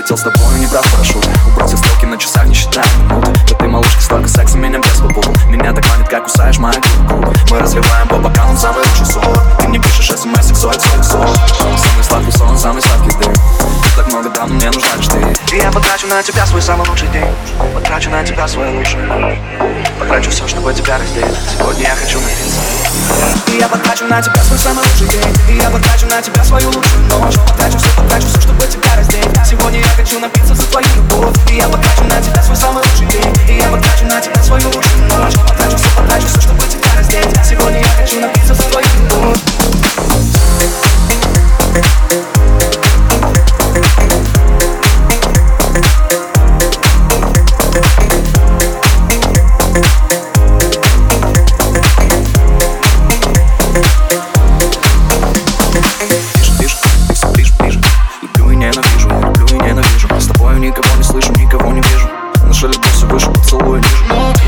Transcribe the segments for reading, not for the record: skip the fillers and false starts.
Летел с тобой, не брал парашют. Убрал все стрелки на часах, не считая минуты. Да ты, малышка, столько секса меня без попутал. Меня так манит, как кусаешь мои губы. Мы разливаем по бокалам самый лучший сорт. Ты мне пишешь смс, сексуаль. Самый сладкий сон, самый сладкий дым. Ты так много дам, но мне нужна лишь ты. И я потрачу на тебя свой самый лучший день. Потрачу на тебя свой лучший. Потрачу все, чтобы тебя разделить. Сегодня я хочу напиться. И я потрачу на тебя свой самый лучший день. И я потрачу на тебя свою лучшую ночь. Потрачу все, чтобы тебя разделить. Сегодня я хочу напиться за твою любовь. И я потрачу на тебя свой самый лучший день. И я потрачу на тебя свою лучшую ночь. Потрачу все, чтобы тебя разделить. Сегодня я хочу напиться за твою любовь. Никого не слышу, никого не вижу. Наша любовь все выше, поцелуя ниже.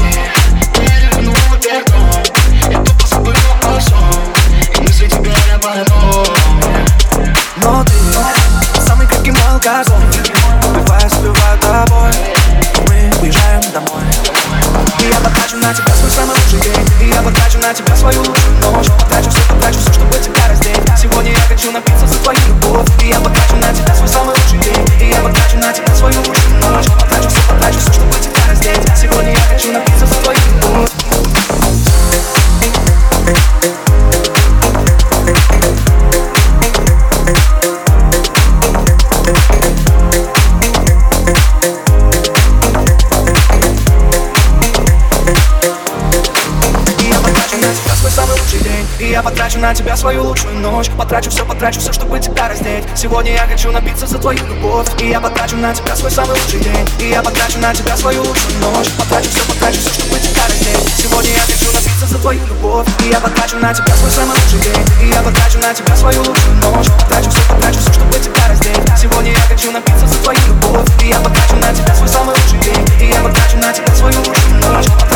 Но ты самый крепкий мой алкоголь. Выпиваю тобой. Мы уезжаем домой. И я потрачу на тебя свой самый лучший день. И я потрачу на тебя свою лучшую ночь. Потрачу все, чтобы тебя разделить. Сегодня я хочу напиться за твою любовь. И я потрачу на тебя свой самый лучший день. И я потрачу на тебя свою лучшую ночь. Потрачу все, чтобы тебя разделить. Сегодня я хочу напиться за твою любовь. И я потрачу на тебя свою лучшую ночь. Потрачу все, чтобы тебя разделить. Сегодня я хочу напиться за твою любовь. И я потрачу на тебя свой самый лучший день. И я потрачу на тебя свою лучшую ночь. Потрачу все, чтобы тебя разделить. Сегодня я хочу напиться за твою любовь. И я потрачу на тебя свой самый лучший день. И я потрачу на тебя свою лучшую ночь. Потрачу все, чтобы тебя разделить. Сегодня я хочу напиться за твою любовь. И я потрачу на тебя свой самый лучший день. И я потрачу на тебя свою лучшую ночь.